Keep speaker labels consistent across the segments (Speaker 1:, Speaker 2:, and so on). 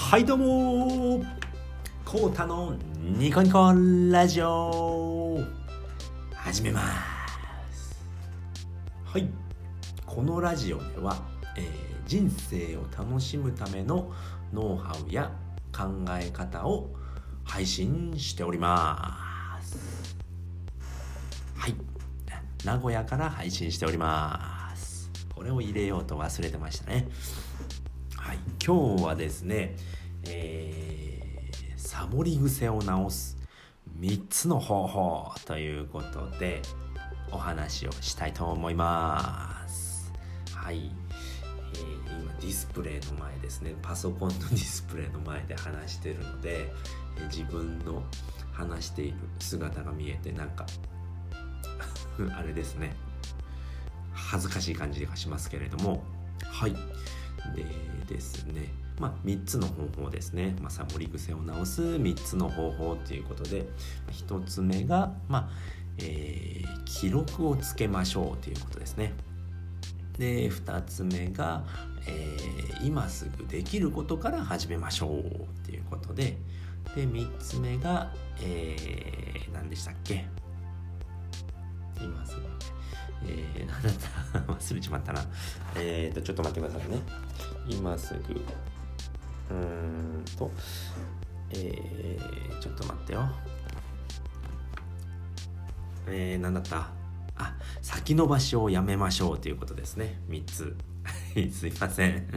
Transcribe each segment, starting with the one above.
Speaker 1: はいどうもコウタのニコニコラジオ始めます。はい、このラジオでは、人生を楽しむためのノウハウや考え方を配信しております。はい、名古屋から配信しております。これを入れようと忘れてましたね。はい、今日はですね、サボり癖を直す3つの方法ということでお話をしたいと思います。はい、今ディスプレイの前ですね、パソコンのディスプレイの前で話しているので、自分の話している姿が見えてなんかあれですね、恥ずかしい感じがしますけれども、はいでですね、3つの方法ですね、サボり癖を直す3つの方法ということで、1つ目が、記録をつけましょうということですね。で2つ目が、今すぐできることから始めましょうということで、3つ目が、何でしたっけ、今すぐ何だった忘れちまったな。ちょっと待ってくださいね。今すぐちょっと待ってよ。何だった。先延ばしをやめましょうということですね。3つすいません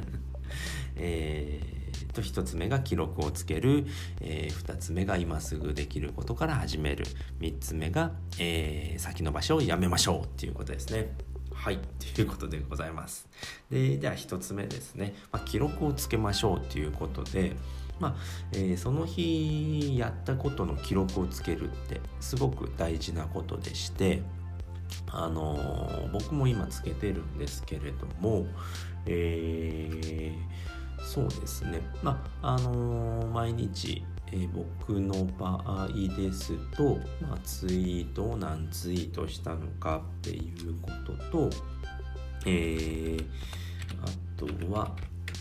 Speaker 1: 1つ目が記録をつける、2つ目が今すぐできることから始める、3つ目が、先延ばしをやめましょうということですね。はい、ということでございます。では1つ目ですね、記録をつけましょうということで、その日やったことの記録をつけるってすごく大事なことでして、僕も今つけてるんですけれども、そうですね、毎日、僕の場合ですと、ツイートを何ツイートしたのかっていうことと、あとは、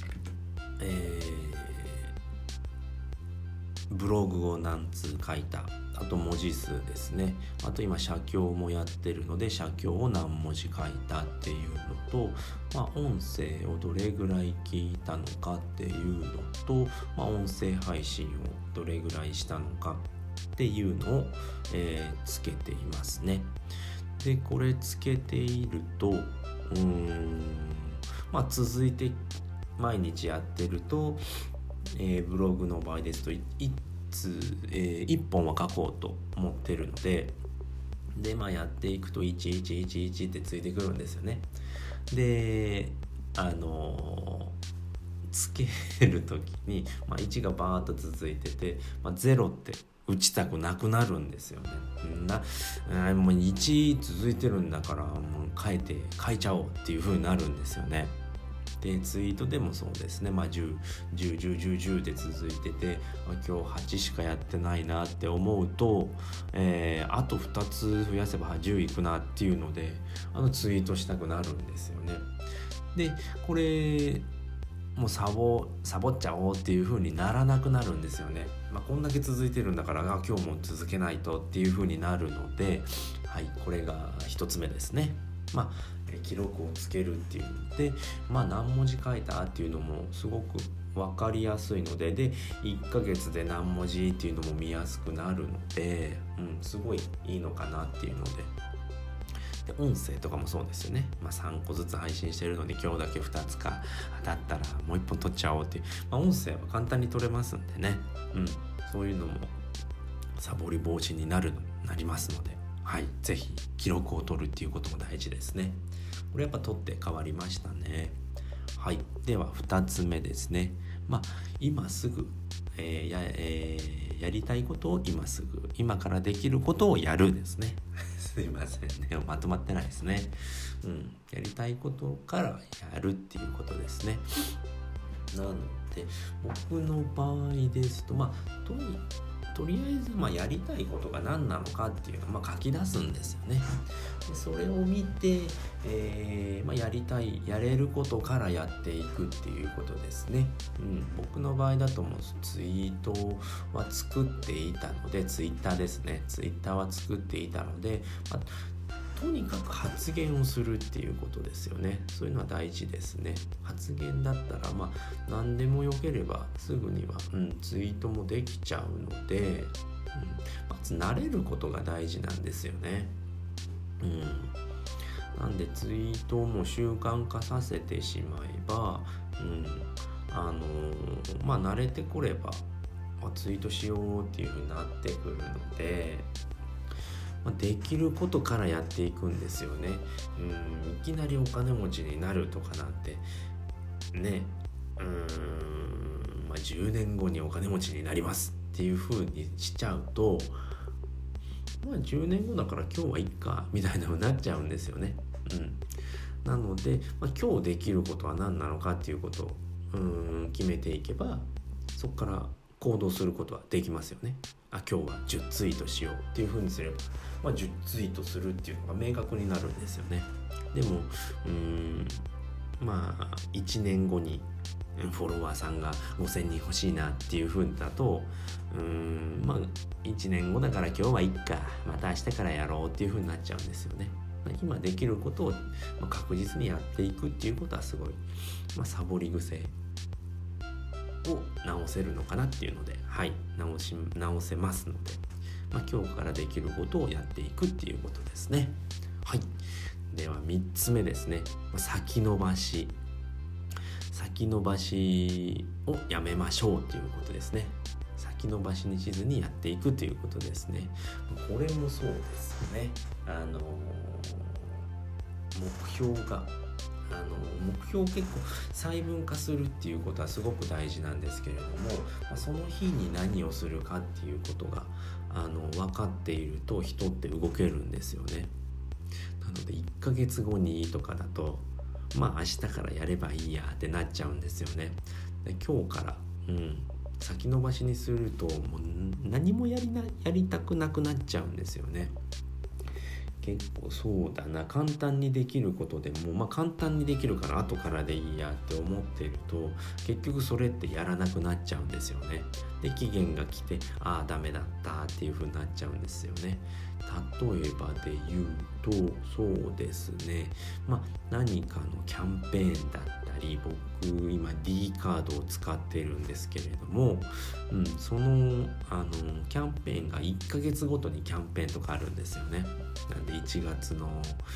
Speaker 1: ブログを何通書いた、あと文字数ですね、あと今写経もやってるので写経を何文字書いたっていうのと、音声をどれぐらい聞いたのかっていうのと、音声配信をどれぐらいしたのかっていうのを、つけていますね。でこれつけていると続いて毎日やってると、ブログの場合ですと1本は書こうと思ってるので、やっていくと1111ってついてくるんですよね。でつける時に、1がバーッと続いてて、0って打ちたくなくなるんですよね。もう1続いてるんだからもう書いちゃおうっていう風になるんですよね。でツイートでもそうですね、10で続いてて、今日8しかやってないなって思うと、あと2つ増やせば10いくなっていうのでツイートしたくなるんですよね。でこれもうサボっちゃおうっていう風にならなくなるんですよね。こんだけ続いてるんだから今日も続けないとっていう風になるので、はい、これが1つ目ですね。記録をつけるっていうので、何文字書いたっていうのもすごく分かりやすいので、1ヶ月で何文字っていうのも見やすくなるので、すごいいいのかなっていうので、音声とかもそうですよね。3個ずつ配信してるのに今日だけ2つか、だったらもう1本撮っちゃおうっていう、音声は簡単に撮れますんでね、そういうのもサボり防止になりますので、はい、ぜひ記録を取るっていうことも大事ですね。これやっぱ取って変わりましたね。はい、では2つ目ですね。今すぐ、やりたいことを今からできることをやるですねすいませんね、まとまってないですね。やりたいことからやるっていうことですね。なので僕の場合ですと、ととりあえずやりたいことが何なのかっていうのを書き出すんですよね。でそれを見て、やれることからやっていくっていうことですね。僕の場合だともうツイートは作っていたので、ツイッターですね。ツイッターは作っていたので、とにかく発言をするっていうことですよね。そういうのは大事ですね。発言だったら何でもよければすぐには、ツイートもできちゃうので、まず慣れることが大事なんですよね。なんでツイートをもう習慣化させてしまえば、慣れてこれば、ツイートしようっていう風になってくるので、できることからやっていくんですよね。いきなりお金持ちになるとかなんてね、10年後にお金持ちになりますっていう風にしちゃうと、10年後だから今日はいっかみたいな風になっちゃうんですよね。なので、今日できることは何なのかっていうことを決めていけば、そこから行動することはできますよね。今日は10ツイートしようっていう風にすれば、10ツイートするっていうのが明確になるんですよね。でも1年後にフォロワーさんが5000人欲しいなっていう風だと1年後だから今日はいっか、また明日からやろうっていう風になっちゃうんですよね。今できることを確実にやっていくっていうことはすごい、サボり癖を直せるのかなっていうので、直せますので、今日からできることをやっていくっていうことですね。では3つ目ですね。先延ばしをやめましょうということですね。先延ばしにしずにやっていくということですね。これもそうですよね。目標を結構細分化するっていうことはすごく大事なんですけれども、その日に何をするかっていうことが分かっていると人って動けるんですよね。なので1ヶ月後にとかだと明日からやればいいやってなっちゃうんですよね。で今日から、先延ばしにするともう何もやりたくなくなっちゃうんですよね。結構そうだな、簡単にできることでも簡単にできるから後からでいいやって思っていると、結局それってやらなくなっちゃうんですよね。で期限が来てダメだったっていう風になっちゃうんですよね。例えばで言うとそうですね、何かのキャンペーンだったり、僕今 D カードを使ってるんですけれども、そのキャンペーンが1ヶ月ごとにキャンペーンとかあるんですよね。なんで1月の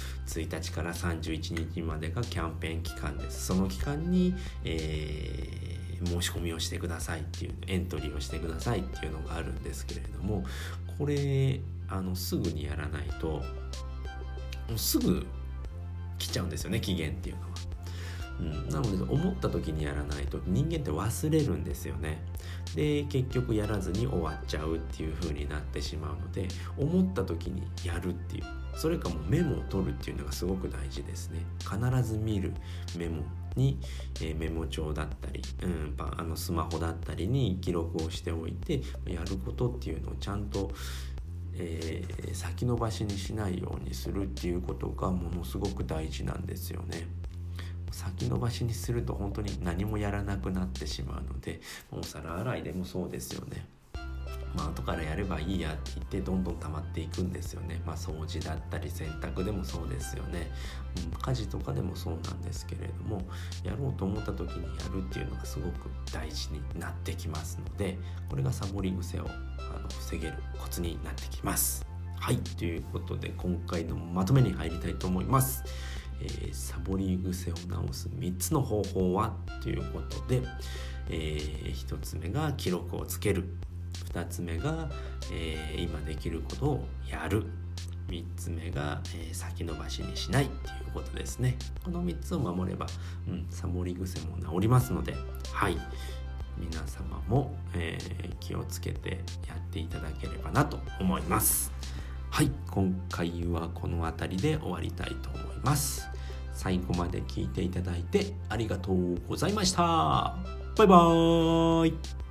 Speaker 1: 1日から31日までがキャンペーン期間です。その期間に、申し込みをしてくださいっていう、エントリーをしてくださいっていうのがあるんですけれども、これすぐにやらないともうすぐ来ちゃうんですよね、期限っていうのは。なので思った時にやらないと人間って忘れるんですよね。で結局やらずに終わっちゃうっていう風になってしまうので、思った時にやるっていう、それかもうメモを取るっていうのがすごく大事ですね。必ず見るメモに、メモ帳だったり、スマホだったりに記録をしておいて、やることっていうのをちゃんと先延ばしにしないようにするっていうことがものすごく大事なんですよね。先延ばしにすると本当に何もやらなくなってしまうので、お皿洗いでもそうですよね。後からやればいいやって言ってどんどん溜まっていくんですよね。掃除だったり洗濯でもそうですよね。家事とかでもそうなんですけれども、やろうと思った時にやるっていうのがすごく大事になってきますので、これがサボり癖を防げるコツになってきます。ということで今回のまとめに入りたいと思います。サボり癖を直す3つの方法はということで、1つ目が記録をつける、2つ目が、今できることをやる、3つ目が、先延ばしにしないっていうことですね。この3つを守れば、サボり癖も治りますので、皆様も、気をつけてやっていただければなと思います。今回はこの辺りで終わりたいと思います。最後まで聞いていただいてありがとうございました。バイバーイ。